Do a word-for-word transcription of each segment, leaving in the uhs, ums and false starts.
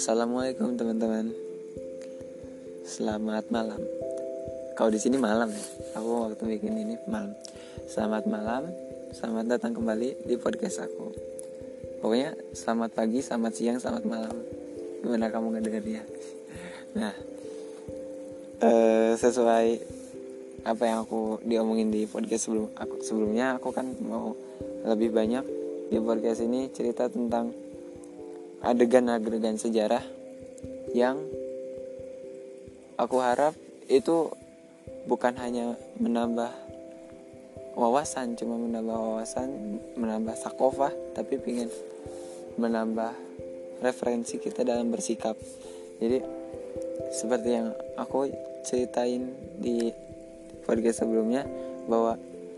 Assalamualaikum teman-teman. Selamat malam. Kalau di sini malam ya. Aku waktu bikin ini malam. Selamat malam. Selamat datang kembali di podcast aku. Pokoknya selamat pagi, selamat siang, selamat malam. Gimana kamu ngedengarnya? Nah, eh, sesuai apa yang aku diomongin di podcast sebelum aku sebelumnya, aku kan mau lebih banyak di podcast ini cerita tentang adegan-adegan sejarah yang aku harap itu bukan hanya menambah wawasan, cuma menambah wawasan, menambah sakofah, tapi pengen menambah referensi kita dalam bersikap. Jadi seperti yang aku ceritain di podcast sebelumnya, bahwa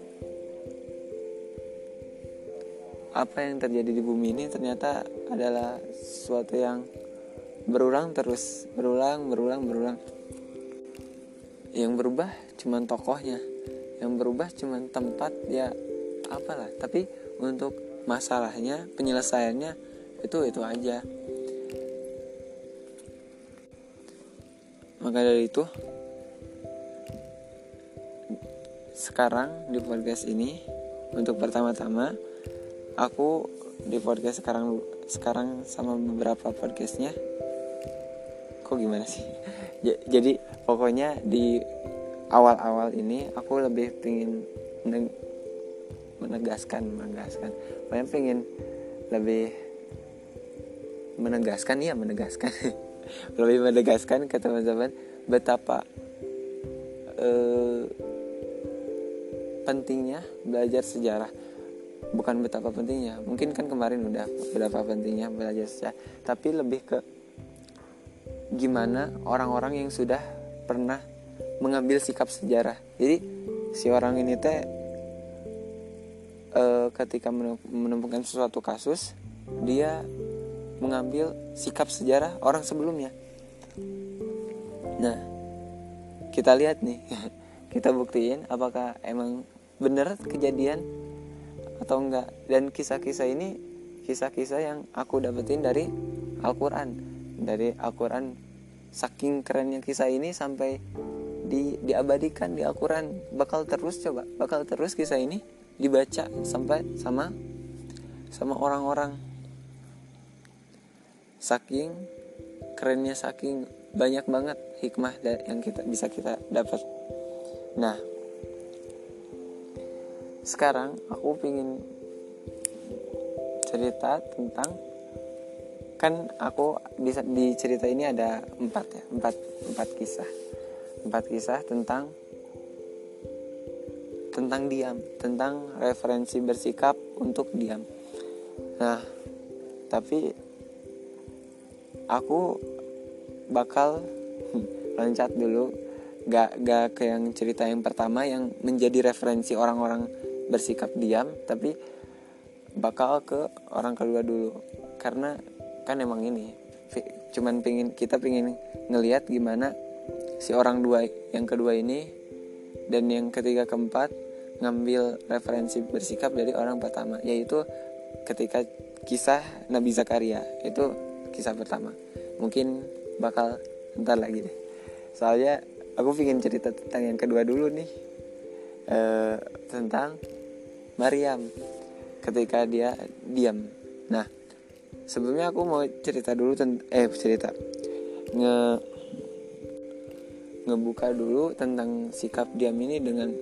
apa yang terjadi di bumi ini ternyata adalah sesuatu yang berulang terus, berulang, berulang, berulang. Yang berubah cuman tokohnya, yang berubah cuman tempat, ya apalah. Tapi untuk masalahnya, penyelesaiannya itu itu aja. Maka dari itu, sekarang di podcast ini untuk pertama-tama aku di podcast sekarang sekarang sama beberapa podcastnya. Kok gimana sih? Jadi pokoknya di awal-awal ini aku lebih pengen menegaskan, menegaskan. Pokoknya pengen lebih menegaskan, ya menegaskan, lebih menegaskan ke teman-teman betapa eh, pentingnya belajar sejarah. Bukan betapa pentingnya, mungkin kan kemarin udah berapa pentingnya belajar sejarah, tapi lebih ke gimana orang-orang yang sudah pernah mengambil sikap sejarah. Jadi si orang ini teh e, ketika menemukan sesuatu kasus, dia mengambil sikap sejarah orang sebelumnya. Nah, kita lihat nih, kita buktiin apakah emang benar kejadian atau enggak. Dan kisah-kisah ini kisah-kisah yang aku dapetin dari Al-Quran. Dari Al-Quran, saking kerennya kisah ini sampai di, diabadikan di Al-Quran. Bakal terus coba, bakal terus kisah ini dibaca sampai sama sama orang-orang. Saking kerennya, saking banyak banget hikmah yang kita bisa kita dapat. Nah, sekarang aku pengen cerita tentang, kan aku bisa di cerita ini ada empat ya, empat empat kisah, empat kisah tentang tentang diam, tentang referensi bersikap untuk diam. Nah, tapi aku bakal loncat dulu, gak gak ke yang cerita yang pertama yang menjadi referensi orang-orang bersikap diam, tapi bakal ke orang kedua dulu. Karena kan emang ini cuman pengen kita pengen ngelihat gimana si orang dua yang kedua ini dan yang ketiga keempat ngambil referensi bersikap dari orang pertama, yaitu ketika kisah Nabi Zakaria. Itu kisah pertama. Mungkin bakal ntar lagi deh, soalnya aku pengen cerita tentang yang kedua dulu nih, e, tentang Maryam ketika dia diam. Nah, sebelumnya aku mau cerita dulu tent- eh cerita nge ngebuka dulu tentang sikap diam ini, dengan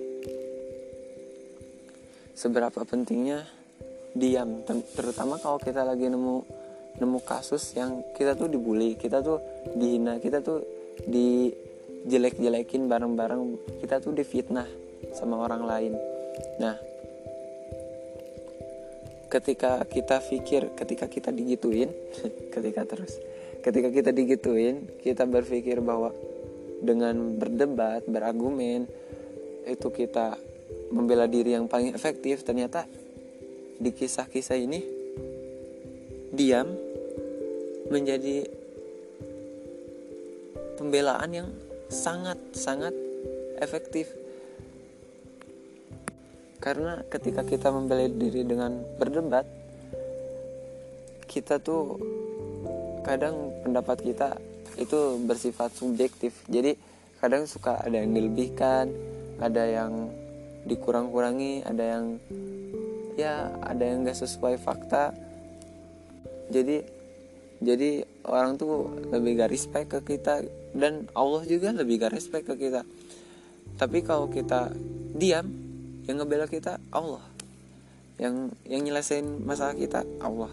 seberapa pentingnya diam, terutama kalau kita lagi nemu nemu kasus yang kita tuh dibully, kita tuh dihina, kita tuh dijelek-jelekin bareng-bareng, kita tuh difitnah sama orang lain. Nah, ketika kita pikir, ketika kita digituin, ketika terus, ketika kita digituin, kita berpikir bahwa dengan berdebat, berargumen, itu kita membela diri yang paling efektif. Ternyata di kisah-kisah ini, diam menjadi pembelaan yang sangat-sangat efektif. Karena ketika kita membela diri dengan berdebat, kita tuh kadang pendapat kita itu bersifat subjektif. Jadi kadang suka ada yang dilebihkan, ada yang dikurang-kurangi, ada yang ya ada yang gak sesuai fakta. Jadi jadi orang tuh lebih gak respect ke kita, dan Allah juga lebih gak respect ke kita. Tapi kalau kita diam, yang ngebela kita Allah, yang yang nyelesain masalah kita Allah.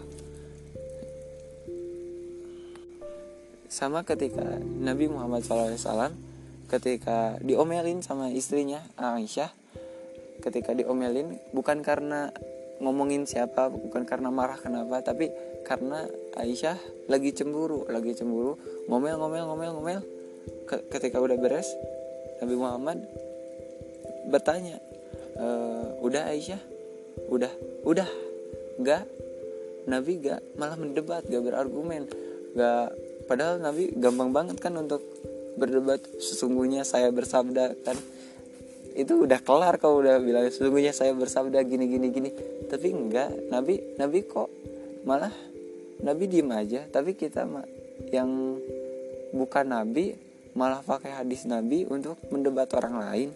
Sama ketika Nabi Muhammad shallallahu alaihi wasallam ketika diomelin sama istrinya Aisyah, ketika diomelin bukan karena ngomongin siapa, bukan karena marah kenapa, tapi karena Aisyah lagi cemburu, lagi cemburu, ngomel ngomel ngomel ngomel. Ketika udah beres, Nabi Muhammad bertanya, e, udah Aisyah, udah, udah, gak, Nabi gak malah mendebat, gak berargumen, gak, padahal Nabi gampang banget kan untuk berdebat. Sesungguhnya saya bersabda, kan itu udah kelar kalau udah bilang sesungguhnya saya bersabda gini gini gini. Tapi enggak, Nabi Nabi kok malah Nabi diem aja. Tapi kita yang bukan Nabi malah pakai hadis Nabi untuk mendebat orang lain.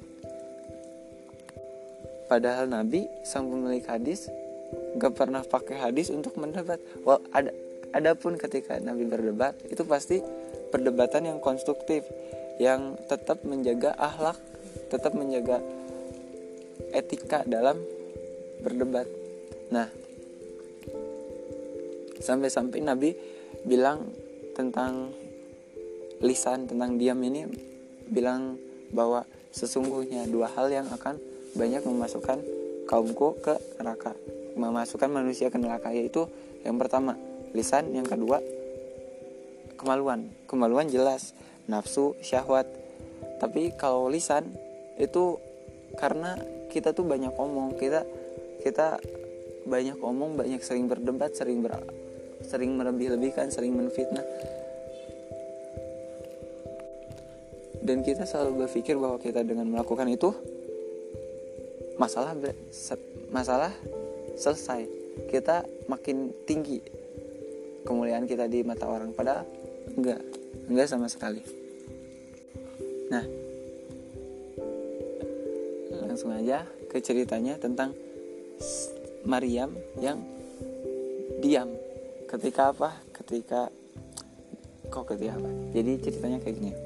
Padahal Nabi sang pemilik hadis gak pernah pakai hadis untuk mendebat. Wah, ada adapun ketika Nabi berdebat, itu pasti perdebatan yang konstruktif, yang tetap menjaga akhlak, tetap menjaga etika dalam berdebat. Nah, sampai-sampai Nabi bilang tentang lisan, tentang diam ini, bilang bahwa sesungguhnya dua hal yang akan banyak memasukkan kaumku ke neraka, memasukkan manusia ke neraka, yaitu yang pertama lisan, yang kedua kemaluan. Kemaluan jelas, nafsu, syahwat. Tapi kalau lisan itu karena kita tuh banyak omong, kita kita banyak omong, banyak sering berdebat, sering ber, sering melebih-lebihkan, sering menfitnah. Dan kita selalu berpikir bahwa kita dengan melakukan itu masalah masalah selesai. Kita makin tinggi kemuliaan kita di mata orang, padahal enggak, enggak sama sekali. Nah, langsung aja ke ceritanya tentang Maryam yang diam. Ketika apa? Ketika kok ketika apa? Jadi ceritanya kayak gini.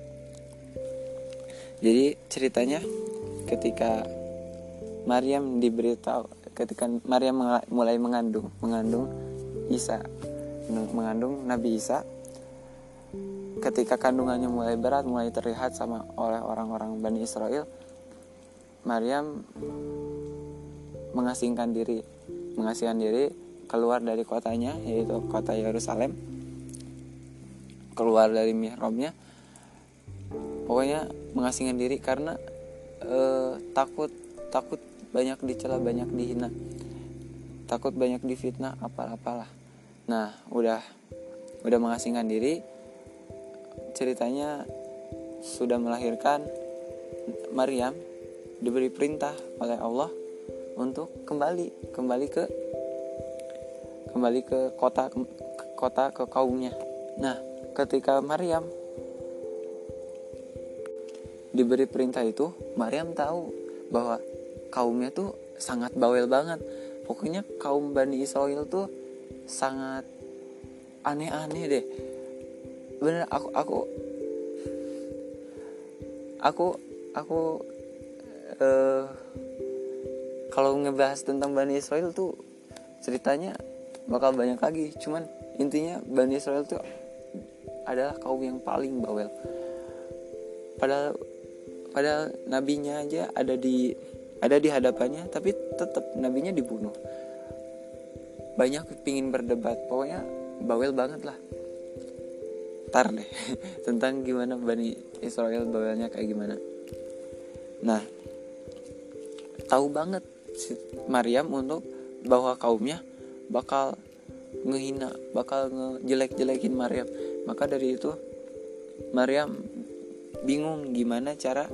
Jadi ceritanya ketika Maryam diberitahu, ketika Maryam mulai mengandung, mengandung Isa, mengandung Nabi Isa. Ketika kandungannya mulai berat, mulai terlihat sama oleh orang-orang Bani Israel, Maryam mengasingkan diri, mengasingkan diri keluar dari kotanya, yaitu kota Yerusalem, keluar dari mihrabnya. Pokoknya mengasingkan diri karena eh, takut, takut banyak dicela, banyak dihina, takut banyak difitnah, apalah-apalah. Nah, udah udah mengasingkan diri, ceritanya sudah melahirkan, Maryam diberi perintah oleh Allah untuk kembali kembali ke kembali ke kota ke kota ke kaumnya. Nah, ketika Maryam diberi perintah itu, Maryam tahu bahwa kaumnya tuh sangat bawel banget. Pokoknya kaum Bani Israel tuh sangat aneh-aneh deh. Bener, aku aku aku aku eh, kalau ngebahas tentang Bani Israel tuh ceritanya bakal banyak lagi. Cuman intinya Bani Israel tuh adalah kaum yang paling bawel. Padahal padahal nabinya aja ada di ada di hadapannya, tapi tetap nabinya dibunuh. Banyak pingin berdebat, pokoknya bawel banget lah. Tar deh tentang gimana Bani Israel bawelnya kayak gimana. Nah, tahu banget si Maryam untuk bahwa kaumnya bakal ngehina, bakal ngejelek-jelekin Maryam. Maka dari itu Maryam bingung gimana cara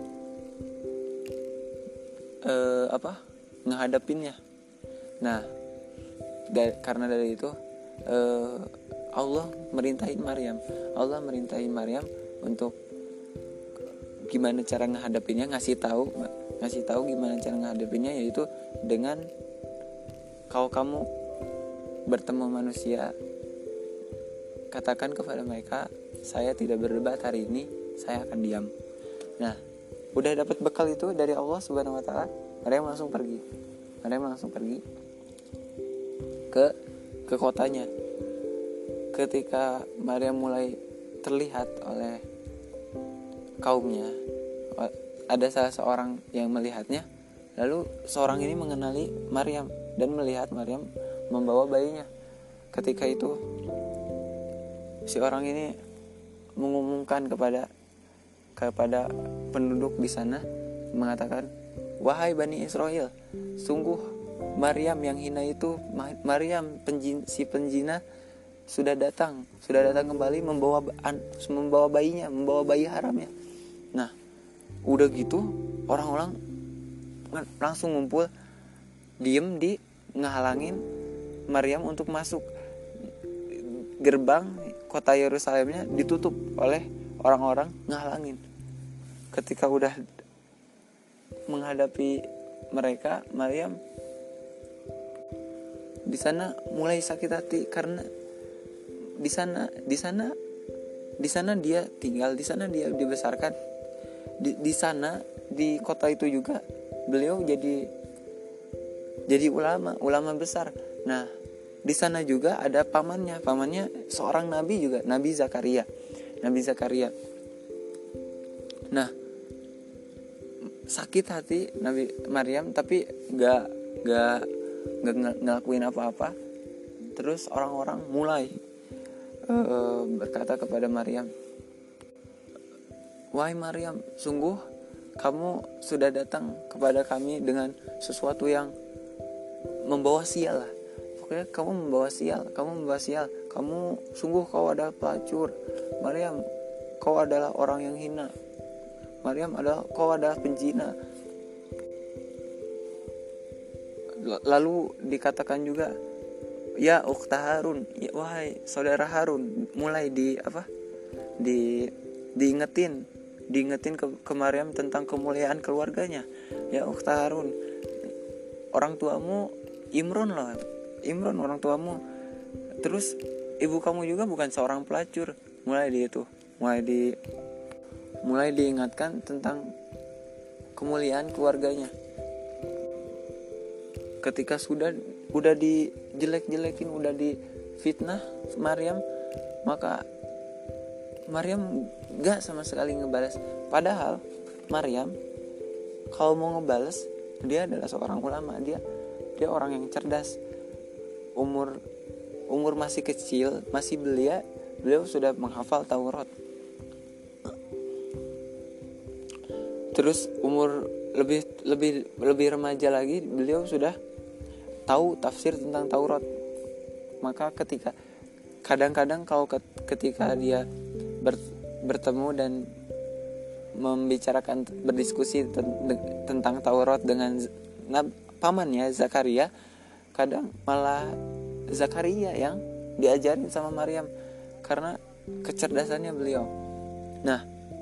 eh, apa ngehadapinnya. Nah, da- karena dari itu eh, Allah merintahin Maryam. Allah merintahin Maryam untuk gimana cara menghadapinya, ngasih tahu, ngasih tahu gimana cara menghadapinya, yaitu dengan kalau kamu bertemu manusia, katakan kepada mereka, saya tidak berdebat hari ini, saya akan diam. Nah, udah dapat bekal itu dari Allah Subhanahu Wa Taala, Maryam langsung pergi. Maryam langsung pergi ke ke kotanya. Ketika Maryam mulai terlihat oleh kaumnya, ada salah seorang yang melihatnya, lalu seorang ini mengenali Maryam dan melihat Maryam membawa bayinya. Ketika itu si orang ini mengumumkan kepada kepada penduduk di sana, mengatakan, wahai Bani Israel, sungguh Maryam yang hina itu, Maryam penjin, si penjina sudah datang, sudah datang kembali membawa membawa bayinya, membawa bayi haramnya. Nah, udah gitu orang-orang langsung ngumpul, diem di ngehalangin Maryam untuk masuk. Gerbang kota Yerusalemnya ditutup oleh orang-orang ngehalangin. Ketika udah menghadapi mereka, Maryam di sana mulai sakit hati karena di sana di sana di sana dia tinggal, di sana dia dibesarkan, di di sana di kota itu juga beliau jadi jadi ulama ulama besar. Nah, di sana juga ada pamannya pamannya seorang nabi juga, Nabi Zakaria Nabi Zakaria. Nah, sakit hati Nabi Maryam, tapi gak gak gak ngelakuin apa-apa. Terus orang-orang mulai uh, berkata kepada Maryam, wahai Maryam, sungguh kamu sudah datang kepada kami dengan sesuatu yang membawa sial lah. Pokoknya kamu membawa sial, kamu membawa sial. Kamu sungguh kau adalah pelacur. Maryam, kau adalah orang yang hina. Maryam adalah kau adalah penjina. Lalu dikatakan juga, ya ukhta Harun, ya, wahai saudara Harun, mulai di apa? Di diingetin, diingetin ke, ke Maryam tentang kemuliaan keluarganya. Ya ukhta Harun, orang tuamu Imron loh, Imron orang tuamu. Terus ibu kamu juga bukan seorang pelacur. Mulai di itu, mulai di mulai diingatkan tentang kemuliaan keluarganya. Ketika sudah udah dijelek-jelekin, udah difitnah Maryam, maka Maryam gak sama sekali ngebalas. Padahal Maryam kalau mau ngebalas, dia adalah seorang ulama, dia dia orang yang cerdas. Umur umur masih kecil, masih belia, beliau sudah menghafal Taurat. Terus umur lebih lebih lebih remaja lagi, beliau sudah tahu tafsir tentang Taurat. Maka ketika kadang-kadang kalau ketika dia ber, bertemu dan membicarakan berdiskusi tentang Taurat dengan pamannya Zakaria, kadang malah Zakaria yang diajarin sama Maryam karena kecerdasannya beliau. Nah,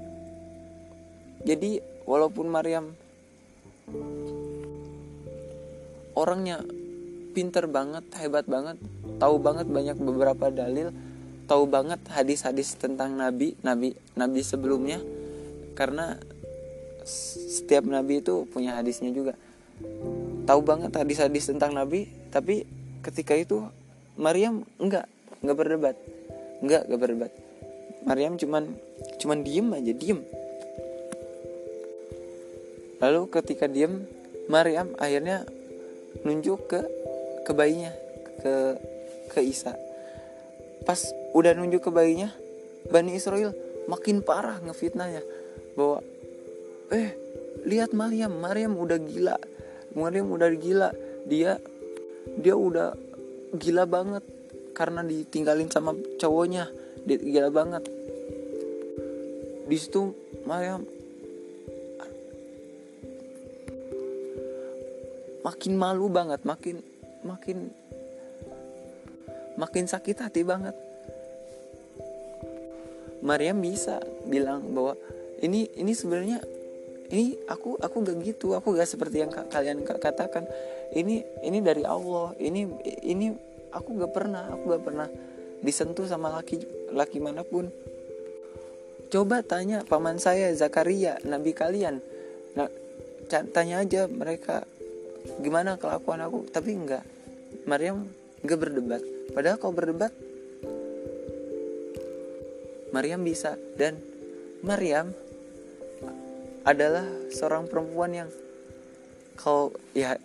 jadi walaupun Maryam orangnya pinter banget, hebat banget, tahu banget banyak beberapa dalil, tahu banget hadis-hadis tentang nabi, nabi, nabi sebelumnya, karena setiap nabi itu punya hadisnya juga. Tahu banget hadis-hadis tentang nabi, tapi ketika itu Maryam enggak, enggak berdebat, enggak, enggak berdebat. Maryam cuman, cuman diem aja, diem. Lalu ketika diem, Maryam akhirnya nunjuk ke ke bayinya, ke ke Isa. Pas udah nunjuk ke bayinya, Bani Israel makin parah ngefitnahnya bahwa eh lihat Maryam, Maryam udah gila. Maryam udah gila. Dia dia udah gila banget karena ditinggalin sama cowoknya. Dia gila banget. Di situ Maryam makin malu banget, makin makin makin sakit hati banget. Maryam bisa bilang bahwa ini ini sebenarnya ini aku aku gak gitu, aku gak seperti yang ka- kalian katakan. Ini ini dari Allah. Ini ini aku gak pernah, aku gak pernah disentuh sama laki laki manapun. Coba tanya paman saya Zakaria, nabi kalian. Nah, tanya aja mereka gimana kelakuan aku. Tapi enggak, Maryam enggak berdebat. Padahal kalau berdebat Maryam bisa. Dan Maryam adalah seorang perempuan yang kalau ya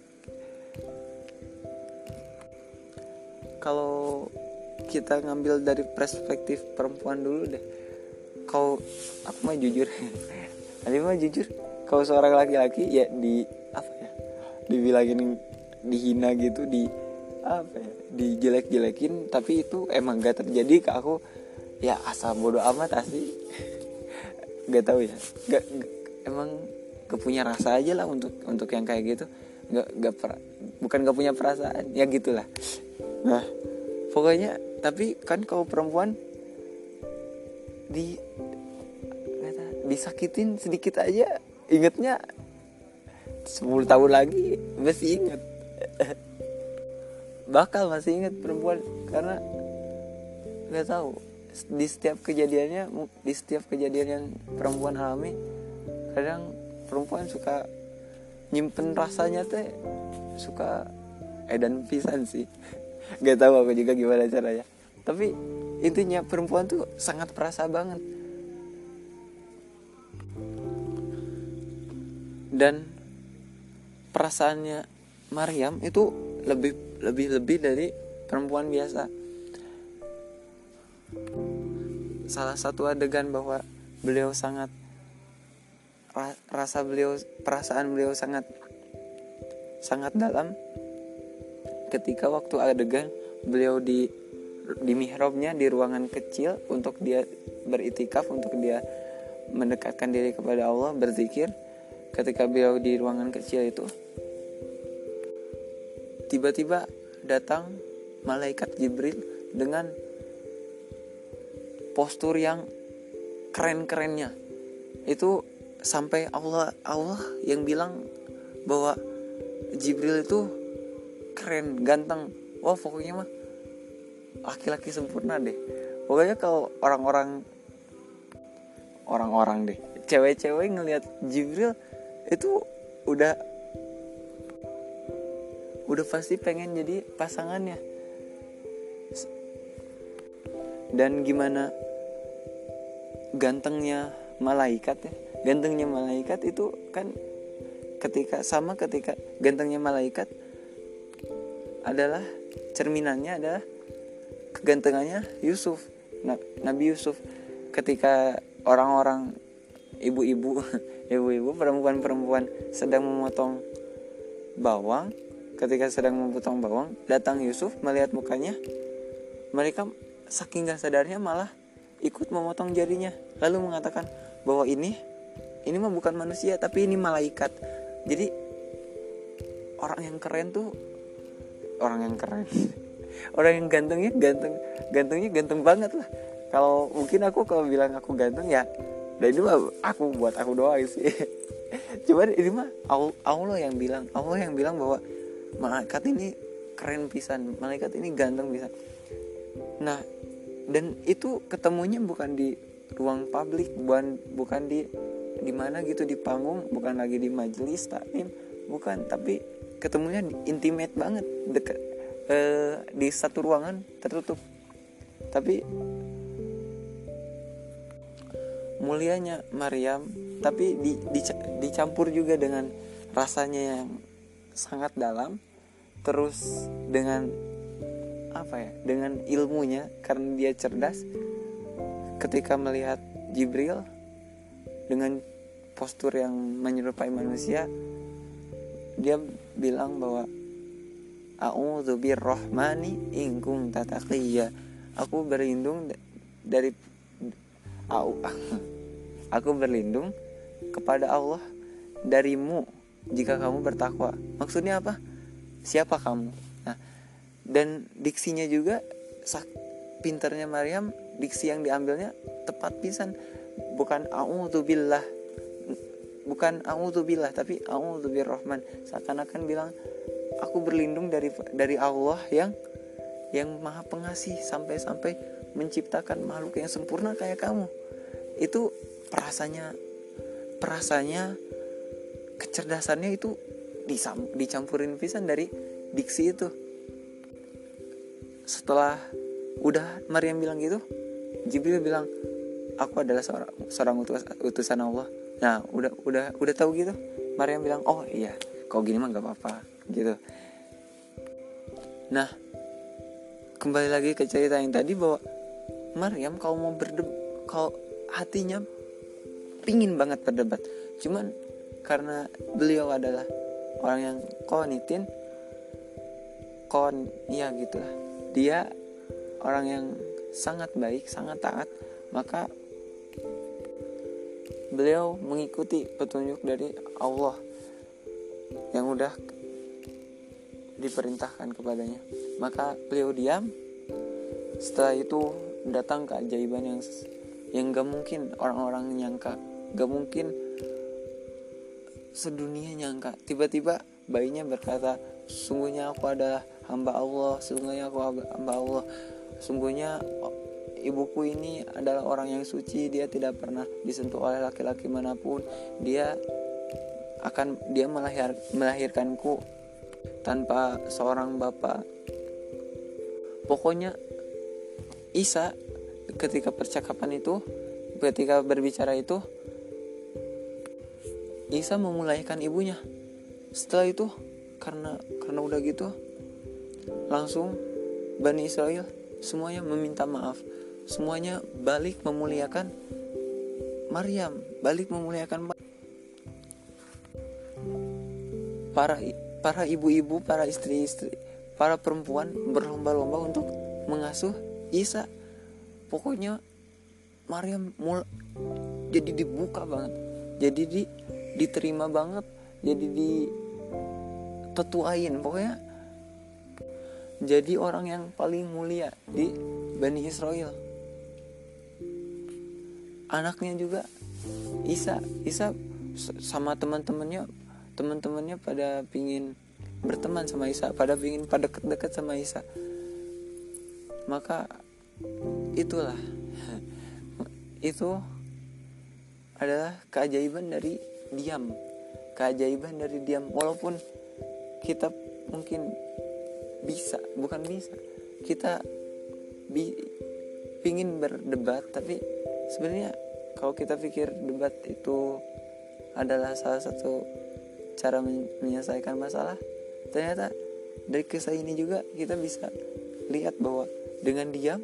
kalau kita ngambil dari perspektif perempuan dulu deh. Kau aku mah jujur. Aku mah jujur. Kalau seorang laki-laki ya di apa ya? Dibilangin dihina gitu, di apa ya? Dijelek-jelekin, tapi itu emang gak terjadi ke aku. Ya asal bodo amat asli. Gak tahu ya. Gak, gak emang gak punya rasa aja lah untuk untuk yang kayak gitu. Gak gak per, bukan gak punya perasaan, ya gitulah. Nah, pokoknya tapi kan kalau perempuan di kata, disakitin sedikit aja ingetnya sepuluh tahun lagi masih inget. Bakal masih inget perempuan karena nggak tahu di setiap kejadiannya, di setiap kejadian yang perempuan alami, kadang perempuan suka nyimpen rasanya teh, suka edan pisan sih. Nggak tahu aku juga gimana caranya, tapi intinya perempuan tuh sangat perasa banget. Dan perasaannya Maryam itu lebih lebih lebih dari perempuan biasa. Salah satu adegan bahwa beliau sangat rasa beliau perasaan beliau sangat sangat dalam ketika waktu adegan beliau di di mihrabnya, di ruangan kecil untuk dia beritikaf, untuk dia mendekatkan diri kepada Allah, berzikir. Ketika beliau di ruangan kecil itu, tiba-tiba datang malaikat Jibril dengan postur yang keren-kerennya. Itu sampai Allah Allah yang bilang bahwa Jibril itu keren, ganteng. Wah, pokoknya mah laki-laki sempurna deh. Pokoknya kalau orang-orang orang-orang deh, cewek-cewek ngelihat Jibril itu udah udah pasti pengen jadi pasangannya. Dan gimana gantengnya malaikat ya. Gantengnya malaikat itu kan ketika sama ketika gantengnya malaikat adalah cerminannya adalah kegantengannya Yusuf, Nabi Yusuf. Ketika orang-orang ibu-ibu, ibu-ibu perempuan-perempuan sedang memotong bawang, ketika sedang memotong bawang, datang Yusuf melihat mukanya, mereka saking gak sadarnya malah ikut memotong jarinya, lalu mengatakan bahwa ini ini mah bukan manusia tapi ini malaikat. Jadi orang yang keren tuh orang yang keren. Orang yang gantengnya ganteng, gantengnya ganteng banget lah. Kalau mungkin aku kalau bilang aku ganteng ya, dan itu mah aku buat aku doang sih. Cuman ini mah Allah yang bilang, Allah yang bilang bahwa malaikat ini keren pisan, malaikat ini ganteng pisan. Nah, dan itu ketemunya bukan di ruang publik, bukan bukan di di mana gitu, di panggung, bukan lagi di majelis taklim, bukan, tapi ketemunya intimate banget, dekat eh, di satu ruangan tertutup. Tapi mulianya Maryam, tapi di, di, dicampur juga dengan rasanya yang sangat dalam, terus dengan apa ya, dengan ilmunya karena dia cerdas. Ketika melihat Jibril dengan postur yang menyerupai manusia, dia bilang bahwa a'udzu birrahmani in kunta taqiyya. Aku berlindung dari au, aku berlindung kepada Allah darimu jika kamu bertakwa. Maksudnya apa? Siapa kamu? Nah, dan diksinya juga sak pinternya Maryam, diksi yang diambilnya tepat pisan, bukan a'udzubillah, bukan a'udzubillah tapi a'udzubirrahman, seakan-akan bilang aku berlindung dari dari Allah yang yang maha pengasih, sampai-sampai menciptakan makhluk yang sempurna kayak kamu. Itu perasanya perasanya kecerdasannya itu disam, dicampurin pisan dari diksi itu. Setelah udah Maryam bilang gitu, Jibril bilang, aku adalah seorang seorang utus, utusan Allah. Nah, udah udah udah tahu gitu, Maryam bilang, oh iya, kalau gini mah nggak apa-apa gitu. Nah, kembali lagi ke cerita yang tadi, bahwa Maryam kalau mau berdebat, kalau hatinya pingin banget berdebat, cuman karena beliau adalah orang yang qanitin, kon, iya gitulah, dia orang yang sangat baik, sangat taat, maka beliau mengikuti petunjuk dari Allah yang udah diperintahkan kepadanya. Maka beliau diam. Setelah itu datang keajaiban yang yang gak mungkin orang-orang nyangka, gak mungkin sedunia nyangka. Tiba-tiba bayinya berkata, sungguhnya aku adalah hamba Allah, sungguhnya aku hamba Allah, sungguhnya ibuku ini adalah orang yang suci, dia tidak pernah disentuh oleh laki-laki manapun, dia akan dia melahir, melahirkanku tanpa seorang bapak. Pokoknya Isa ketika percakapan itu, ketika berbicara itu, Isa memulaikan ibunya. Setelah itu karena karena udah gitu, langsung Bani Israel semuanya meminta maaf, semuanya balik memuliakan Maryam, balik memuliakan para para ibu-ibu, para istri-istri, para perempuan berlomba-lomba untuk mengasuh Isa. Pokoknya Maryam mul jadi dibuka banget, jadi di diterima banget, jadi ditetuain, pokoknya jadi orang yang paling mulia di Bani Israel. Anaknya juga Isa, Isa sama teman-temannya, teman-temannya pada pingin berteman sama Isa, pada pingin pada dekat-dekat sama Isa. Maka itulah itu adalah keajaiban dari diam, keajaiban dari diam. Walaupun kita mungkin bisa, bukan bisa, kita bi, pingin berdebat, tapi sebenarnya kalau kita pikir debat itu adalah salah satu cara menyelesaikan masalah, ternyata dari kisah ini juga kita bisa lihat bahwa dengan diam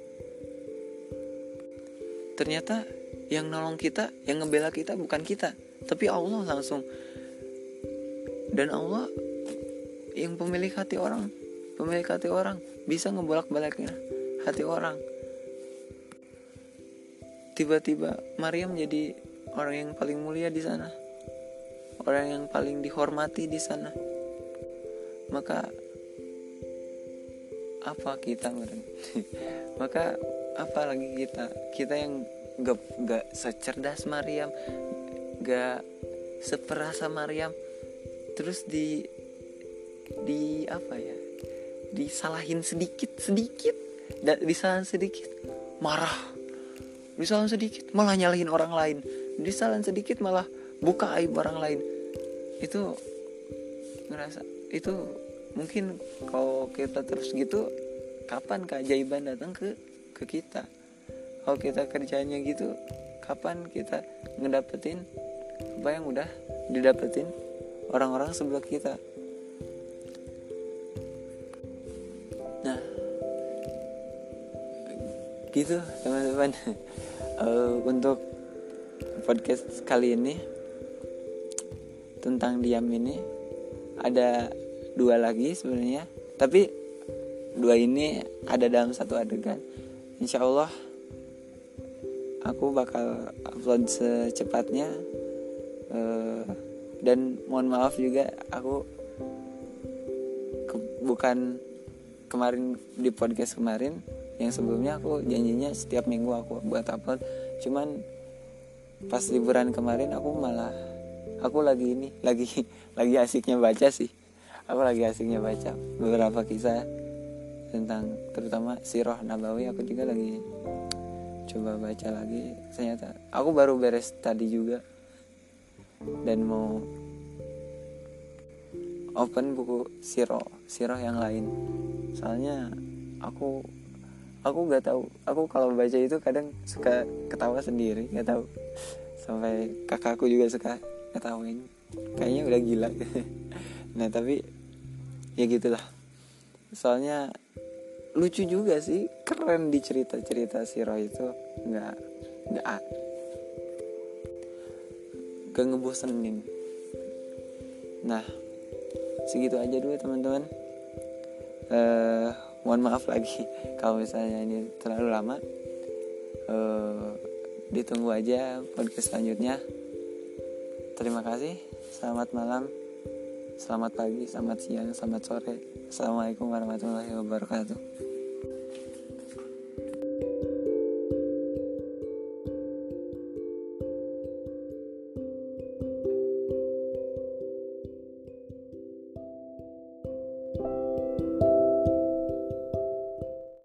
ternyata yang nolong kita, yang ngebela kita bukan kita, tapi Allah langsung. Dan Allah yang pemilik hati orang, pemilik hati orang bisa ngebolak-balikin hati orang. Tiba-tiba Maryam jadi orang yang paling mulia di sana, orang yang paling dihormati di sana. Maka apa kita maka apa lagi kita kita yang gak, gak secerdas Maryam, gak seperasa Maryam, terus di di apa ya disalahin sedikit sedikit dan disalahin sedikit marah, disalahin sedikit malah nyalahin orang lain, disalahin sedikit malah buka aib orang lain. Itu ngerasa itu mungkin kalau kita terus gitu, kapan keajaiban datang ke ke kita? Kalau kita kerjanya gitu, kapan kita ngedapetin apa yang udah didapetin orang-orang sebelah kita? Nah, gitu teman-teman. uh, Untuk podcast kali ini tentang diam ini ada dua lagi sebenarnya, tapi dua ini ada dalam satu adegan. Insya Allah aku bakal upload secepatnya, uh, dan mohon maaf juga aku ke, bukan kemarin di podcast kemarin Yang sebelumnya aku janjinya setiap minggu aku buat upload. Cuman pas liburan kemarin aku malah aku lagi ini lagi lagi asiknya baca sih. Aku lagi asiknya baca beberapa kisah tentang terutama Sirah Nabawi. Aku juga lagi coba baca lagi. Ternyata aku baru beres tadi juga dan mau open buku Sirah Sirah yang lain. Soalnya aku aku nggak tahu. Aku kalau baca itu kadang suka ketawa sendiri, nggak tahu. Sampai kakakku juga suka ketawain. Kayaknya udah gila. Nah tapi ya gitulah. Soalnya lucu juga sih, keren di cerita-cerita Sirah itu, nggak nggak gak ngebosenin. Nah segitu aja dulu teman-teman. Uh, mohon maaf lagi kalau misalnya ini terlalu lama. Uh, ditunggu aja podcast selanjutnya. Terima kasih. Selamat malam, selamat pagi, selamat siang, selamat sore. Assalamualaikum warahmatullahi wabarakatuh.